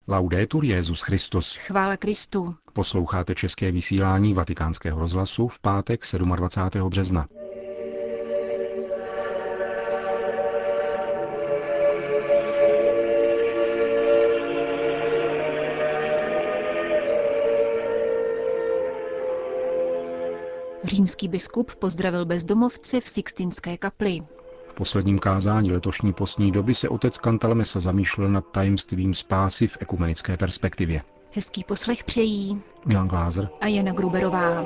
Laudetur Jesus Christus. Chvála Kristu. Posloucháte české vysílání Vatikánského rozhlasu v pátek 27. března. Římský biskup pozdravil bezdomovce v Sixtinské kapli. V posledním kázání letošní postní doby se otec Cantalamessa zamýšlel nad tajemstvím spásy v ekumenické perspektivě. Hezký poslech přejí Milan Glázer a Jana Gruberová.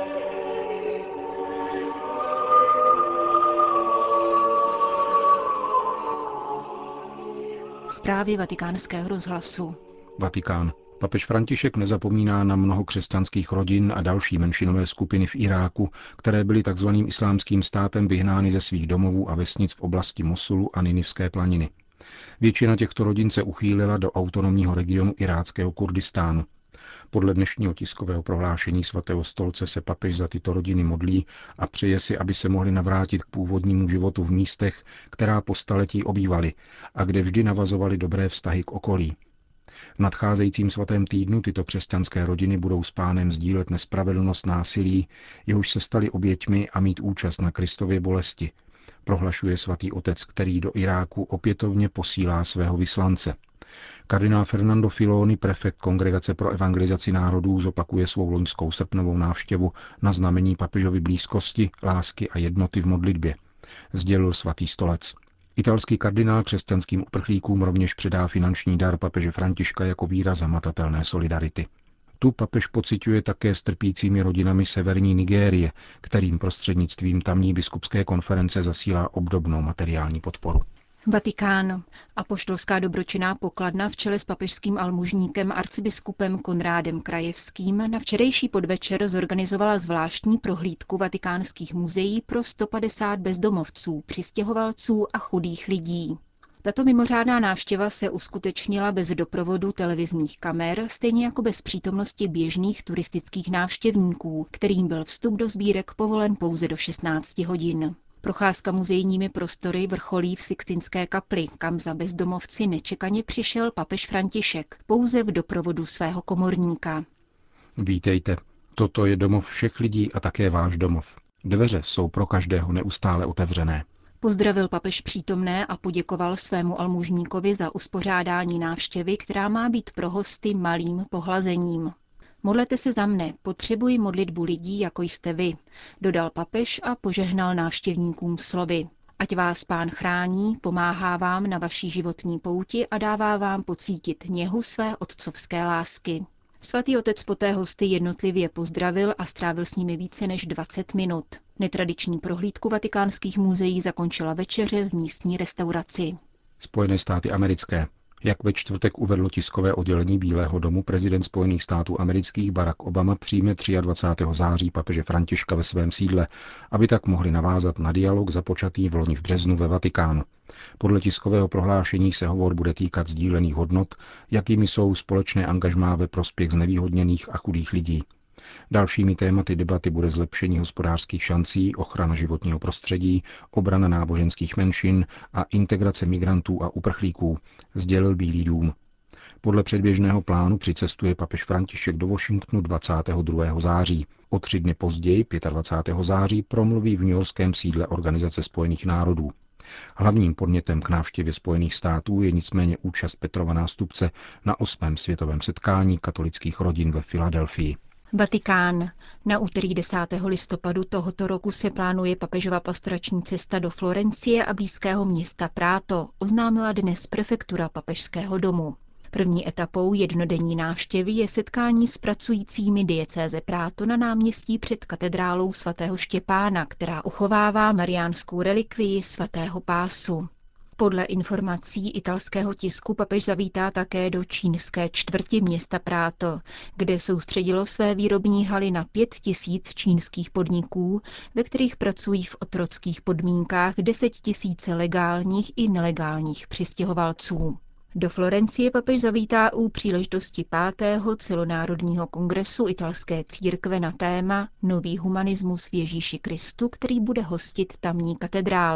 Zprávy Vatikánského rozhlasu. Vatikán. Papež František nezapomíná na mnoho křesťanských rodin a další menšinové skupiny v Iráku, které byly tzv. Islámským státem vyhnány ze svých domovů a vesnic v oblasti Mosulu a Ninivské planiny. Většina těchto rodin se uchýlila do autonomního regionu iráckého Kurdistánu. Podle dnešního tiskového prohlášení svatého stolce se papež za tyto rodiny modlí a přeje si, aby se mohli navrátit k původnímu životu v místech, která po staletí obývali a kde vždy navazovali dobré vztahy k okolí. V nadcházejícím svatém týdnu tyto křesťanské rodiny budou s Pánem sdílet nespravedlnost násilí, jehož se stali oběťmi, a mít účast na Kristově bolesti, prohlašuje svatý otec, který do Iráku opětovně posílá svého vyslance. Kardinál Fernando Filoni, prefekt Kongregace pro evangelizaci národů, zopakuje svou loňskou srpnovou návštěvu na znamení papežovy blízkosti, lásky a jednoty v modlitbě, sdělil svatý stolec. Italský kardinál křesťanským uprchlíkům rovněž předá finanční dar papeže Františka jako výraz hmatatelné solidarity. Tu papež pociťuje také s trpícími rodinami severní Nigérie, kterým prostřednictvím tamní biskupské konference zasílá obdobnou materiální podporu. Vatikán. Apoštolská dobročinná pokladna v čele s papežským almužníkem arcibiskupem Konrádem Krajevským na včerejší podvečer zorganizovala zvláštní prohlídku vatikánských muzeí pro 150 bezdomovců, přistěhovalců a chudých lidí. Tato mimořádná návštěva se uskutečnila bez doprovodu televizních kamer, stejně jako bez přítomnosti běžných turistických návštěvníků, kterým byl vstup do sbírek povolen pouze do 16 hodin. Procházka muzejními prostory vrcholí v Sixtinské kapli, kam za bezdomovci nečekaně přišel papež František, pouze v doprovodu svého komorníka. Vítejte, toto je domov všech lidí a také váš domov. Dveře jsou pro každého neustále otevřené. Pozdravil papež přítomné a poděkoval svému almužníkovi za uspořádání návštěvy, která má být pro hosty malým pohlazením. Modlete se za mne, potřebuji modlitbu lidí, jako jste vy, dodal papež a požehnal návštěvníkům slovy. Ať vás Pán chrání, pomáhá vám na vaší životní pouti a dává vám pocítit něhu své otcovské lásky. Svatý otec poté hosty jednotlivě pozdravil a strávil s nimi více než 20 minut. Netradiční prohlídku vatikánských muzeí zakončila večeře v místní restauraci. Spojené státy americké. Jak ve čtvrtek uvedlo tiskové oddělení Bílého domu, prezident Spojených států amerických Barack Obama přijme 23. září papeže Františka ve svém sídle, aby tak mohli navázat na dialog započatý v loni v březnu ve Vatikánu. Podle tiskového prohlášení se hovor bude týkat sdílených hodnot, jakými jsou společné angažmá ve prospěch znevýhodněných a chudých lidí. Dalšími tématy debaty bude zlepšení hospodářských šancí, ochrana životního prostředí, obrana náboženských menšin a integrace migrantů a uprchlíků, sdělil Bílý dům. Podle předběžného plánu přicestuje papež František do Washingtonu 22. září. O 3 dny později, 25. září, promluví v newyorském sídle Organizace spojených národů. Hlavním podnětem k návštěvě Spojených států je nicméně účast Petrova nástupce na 8. světovém setkání katolických rodin ve Filadelfii. Vatikán. Na úterý 10. listopadu tohoto roku se plánuje papežova pastorační cesta do Florencie a blízkého města Prato, oznámila dnes prefektura papežského domu. První etapou jednodenní návštěvy je setkání s pracujícími diecéze Prato na náměstí před katedrálou svatého Štěpána, která uchovává mariánskou relikvii svatého pásu. Podle informací italského tisku papež zavítá také do čínské čtvrti města Prato, kde soustředilo své výrobní haly na 5 000 čínských podniků, ve kterých pracují v otrockých podmínkách 10 000 legálních i nelegálních přistěhovalců. Do Florencie papež zavítá u příležitosti 5. celonárodního kongresu italské církve na téma Nový humanismus v Ježíši Kristu, který bude hostit tamní katedrála.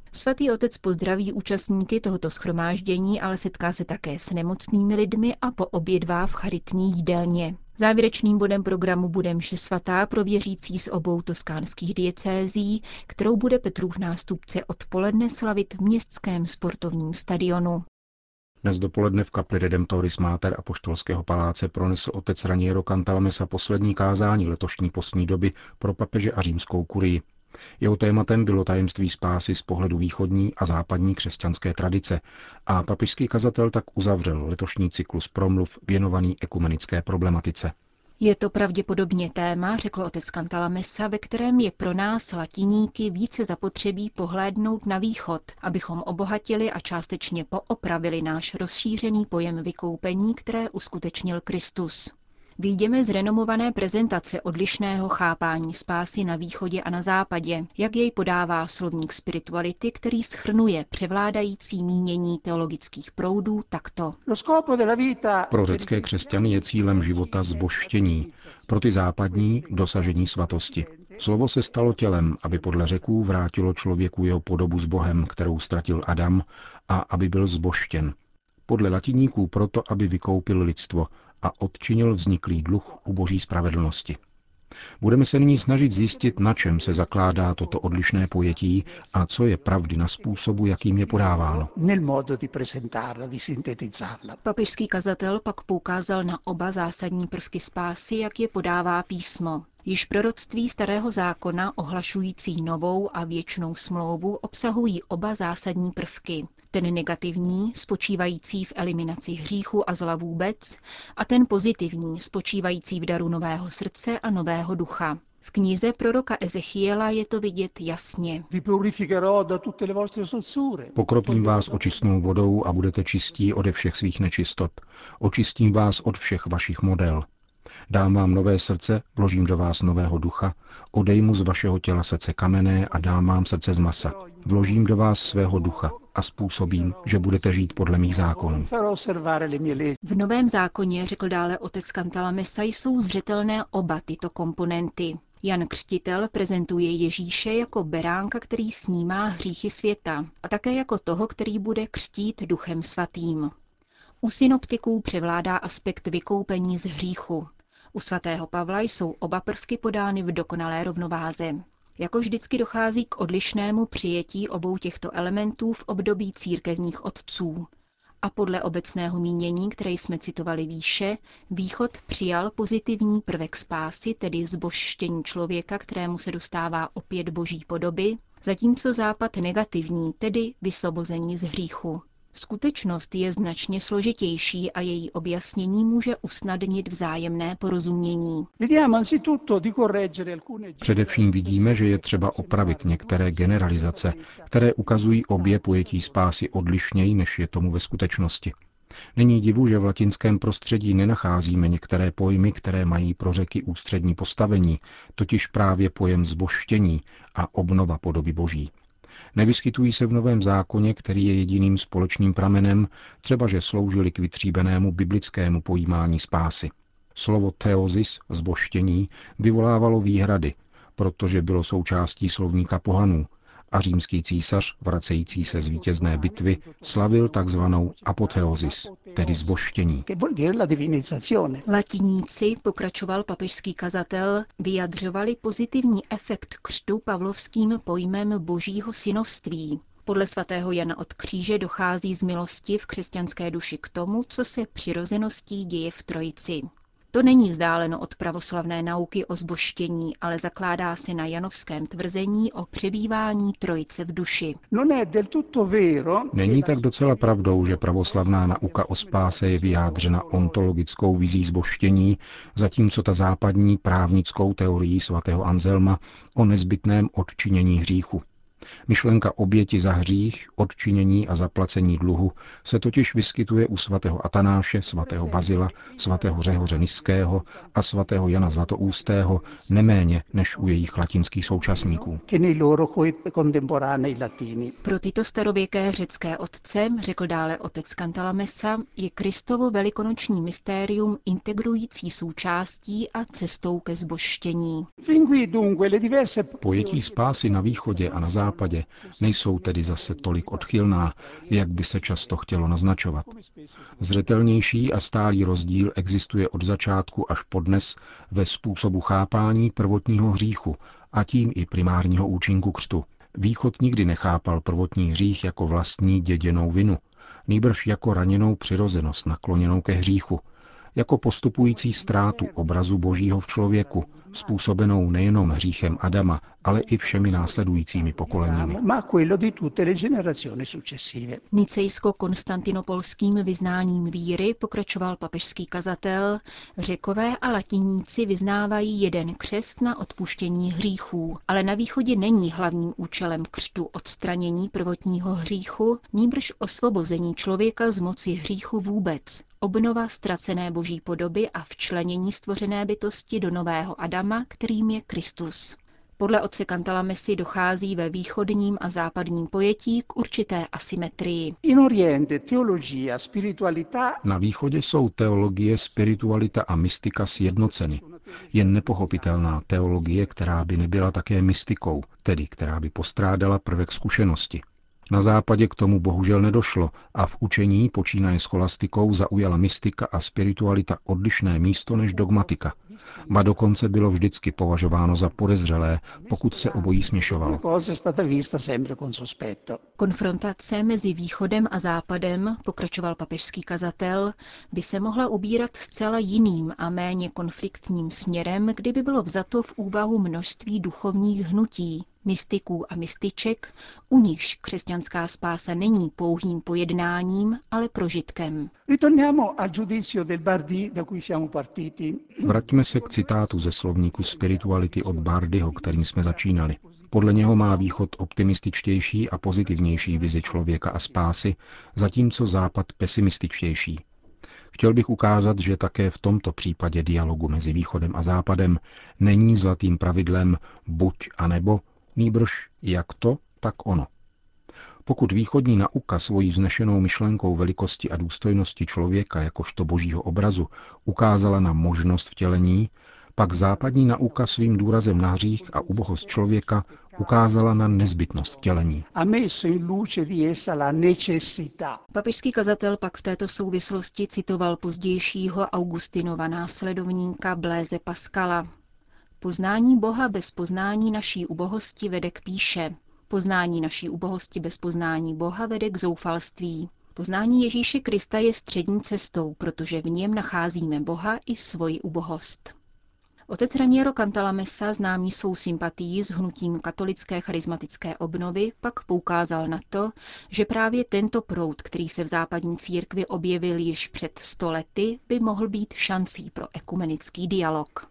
Svatý otec pozdraví účastníky tohoto shromáždění, ale setká se také s nemocnými lidmi a poobědvá v charitní jídelně. Závěrečným bodem programu bude mše svatá pro věřící z obou toskánských diecézí, kterou bude Petrův nástupce odpoledne slavit v městském sportovním stadionu. Dnes dopoledne v kapli Redemptoris Mater Apoštolského paláce pronesl otec Raniero Cantalamessa poslední kázání letošní postní doby pro papeže a římskou kurii. Jeho tématem bylo tajemství spásy z pohledu východní a západní křesťanské tradice a papežský kazatel tak uzavřel letošní cyklus promluv věnovaný ekumenické problematice. Je to pravděpodobně téma, řekl otec Cantalamessa, ve kterém je pro nás latiníky více zapotřebí pohlédnout na východ, abychom obohatili a částečně poopravili náš rozšířený pojem vykoupení, které uskutečnil Kristus. Vyjdeme z renomované prezentace odlišného chápání spásy na východě a na západě, jak jej podává slovník spirituality, který shrnuje převládající mínění teologických proudů takto. Pro řecké křesťany je cílem života zbožštění, pro ty západní dosažení svatosti. Slovo se stalo tělem, aby podle Řeků vrátilo člověku jeho podobu s Bohem, kterou ztratil Adam, a aby byl zbožštěn. Podle latiníků proto, aby vykoupil lidstvo a odčinil vzniklý dluh u boží spravedlnosti. Budeme se nyní snažit zjistit, na čem se zakládá toto odlišné pojetí a co je pravdy na způsobu, jakým je podáváno. Papežský kazatel pak poukázal na oba zásadní prvky spásy, jak je podává písmo. Již proroctví Starého zákona ohlašující novou a věčnou smlouvu obsahují oba zásadní prvky. Ten negativní, spočívající v eliminaci hříchu a zla vůbec, a ten pozitivní, spočívající v daru nového srdce a nového ducha. V knize proroka Ezechiela je to vidět jasně. Pokropím vás očistnou vodou a budete čistí ode všech svých nečistot. Očistím vás od všech vašich model. Dám vám nové srdce, vložím do vás nového ducha, odejmu z vašeho těla srdce kamenné a dám vám srdce z masa. Vložím do vás svého ducha a způsobím, že budete žít podle mých zákonů. V Novém zákoně, řekl dále otec Cantalamessa, jsou zřetelné oba tyto komponenty. Jan Křtitel prezentuje Ježíše jako beránka, který snímá hříchy světa, a také jako toho, který bude křtít Duchem svatým. U synoptiků převládá aspekt vykoupení z hříchu. U svatého Pavla jsou oba prvky podány v dokonalé rovnováze. Jako vždycky dochází k odlišnému přijetí obou těchto elementů v období církevních otců. A podle obecného mínění, které jsme citovali výše, Východ přijal pozitivní prvek spásy, tedy zbožštění člověka, kterému se dostává opět boží podoby, zatímco Západ negativní, tedy vysvobození z hříchu. Skutečnost je značně složitější a její objasnění může usnadnit vzájemné porozumění. Především vidíme, že je třeba opravit některé generalizace, které ukazují obě pojetí spásy odlišněji, než je tomu ve skutečnosti. Není divu, že v latinském prostředí nenacházíme některé pojmy, které mají pro Řeky ústřední postavení, totiž právě pojem zbožštění a obnova podoby boží. Nevyskytují se v Novém zákoně, který je jediným společným pramenem, třeba že sloužili k vytříbenému biblickému pojímání spásy. Slovo theosis, zbožštění, vyvolávalo výhrady, protože bylo součástí slovníka pohanů a římský císař, vracející se z vítězné bitvy, slavil takzvanou apotheosis, tedy zbožštění. Latiníci, pokračoval papežský kazatel, vyjadřovali pozitivní efekt křtu pavlovským pojmem božího synovství. Podle svatého Jana od Kříže dochází z milosti v křesťanské duši k tomu, co se přirozeností děje v Trojici. To není vzdáleno od pravoslavné nauky o zbožštění, ale zakládá se na janovském tvrzení o přebývání Trojice v duši. Není tak docela pravdou, že pravoslavná nauka o spáse je vyjádřena ontologickou vizí zbožštění, zatímco ta západní právnickou teorií svatého Anselma o nezbytném odčinění hříchu. Myšlenka oběti za hřích, odčinění a zaplacení dluhu se totiž vyskytuje u svatého Atanáše, svatého Bazila, svatého Řehoře Niského a svatého Jana Zlatoústého neméně než u jejich latinských současníků. Pro tyto starověké řecké otce, řekl dále otec Cantalamessa, je Kristovo velikonoční mystérium integrující součástí a cestou ke zbožštění. Pojetí spásy na východě a na západě západě nejsou tedy zase tolik odchylná, jak by se často chtělo naznačovat. Zřetelnější a stálý rozdíl existuje od začátku až po dnes ve způsobu chápání prvotního hříchu a tím i primárního účinku křtu. Východ nikdy nechápal prvotní hřích jako vlastní děděnou vinu, nýbrž jako raněnou přirozenost nakloněnou ke hříchu, jako postupující ztrátu obrazu Božího v člověku, způsobenou nejenom hříchem Adama, ale i všemi následujícími pokoleními. Nicejsko-konstantinopolským vyznáním víry, pokračoval papežský kazatel, Řekové a latiníci vyznávají jeden křest na odpuštění hříchů, ale na východě není hlavním účelem křtu odstranění prvotního hříchu, nýbrž osvobození člověka z moci hříchu vůbec, obnova ztracené boží podoby a včlenění stvořené bytosti do nového Adama, kterým je Kristus. Podle otce Cantalamessy dochází ve východním a západním pojetí k určité asymetrii. Na východě jsou teologie, spiritualita a mystika sjednoceny. Jen nepochopitelná teologie, která by nebyla také mystikou, tedy která by postrádala prvek zkušenosti. Na západě k tomu bohužel nedošlo a v učení počínaje scholastikou zaujala mystika a spiritualita odlišné místo než dogmatika. Ba dokonce bylo vždycky považováno za podezřelé, pokud se obojí směšovalo. Konfrontace mezi východem a západem, pokračoval papežský kazatel, by se mohla ubírat zcela jiným a méně konfliktním směrem, kdyby bylo vzato v úvahu množství duchovních hnutí, mystiků a mystiček, u nichž křesťanská spása není pouhým pojednáním, ale prožitkem. Vraťme se k citátu ze slovníku spirituality od Bardyho, kterým jsme začínali. Podle něho má východ optimističtější a pozitivnější vizi člověka a spásy, zatímco západ pesimističtější. Chtěl bych ukázat, že také v tomto případě dialogu mezi východem a západem není zlatým pravidlem buď a nebo, nýbrž jak to, tak ono. Pokud východní nauka svojí vznešenou myšlenkou velikosti a důstojnosti člověka jakožto božího obrazu ukázala na možnost vtělení, pak západní nauka svým důrazem na hřích a ubohost člověka ukázala na nezbytnost vtělení. Papežský kazatel pak v této souvislosti citoval pozdějšího Augustinova následovníka Blaise Pascala. Poznání Boha bez poznání naší ubohosti vede k pýše. Poznání naší ubohosti bez poznání Boha vede k zoufalství. Poznání Ježíše Krista je střední cestou, protože v něm nacházíme Boha i svoji ubohost. Otec Raniero Cantalamessa, známý svou sympatií s hnutím katolické charismatické obnovy, pak poukázal na to, že právě tento proud, který se v západní církvi objevil již před 100 lety, by mohl být šancí pro ekumenický dialog.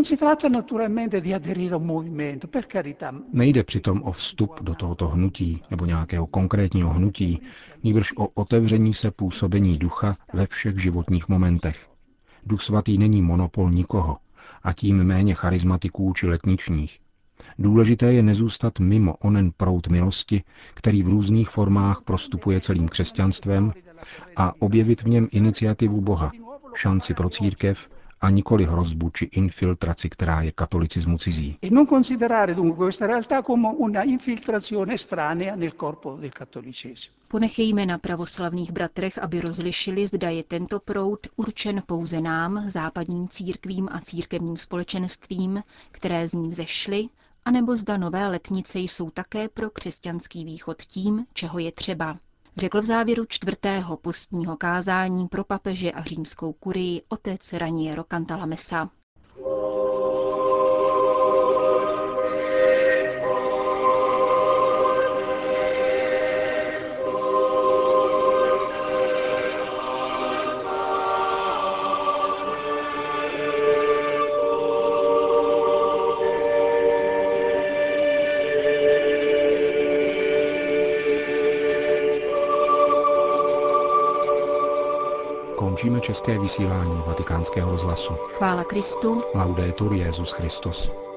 Nejde přitom o vstup do tohoto hnutí nebo nějakého konkrétního hnutí, nýbrž o otevření se působení ducha ve všech životních momentech. Duch svatý není monopol nikoho, a tím méně charismatiků či letničních. Důležité je nezůstat mimo onen proud milosti, který v různých formách prostupuje celým křesťanstvem, a objevit v něm iniciativu Boha, šanci pro církev a nikoli hrozbu či infiltraci, která je katolicismu cizí. Ponechejme na pravoslavných bratrech, aby rozlišili, zda je tento proud určen pouze nám, západním církvím a církevním společenstvím, které z ní vzešly, anebo zda nové letnice jsou také pro křesťanský východ tím, čeho je třeba. Řekl v závěru 4. postního kázání pro papeže a římskou kurii otec Raniero Cantalamessa. Končíme české vysílání Vatikánského rozhlasu. Chvála Kristu. Laudetur Jesus Christus.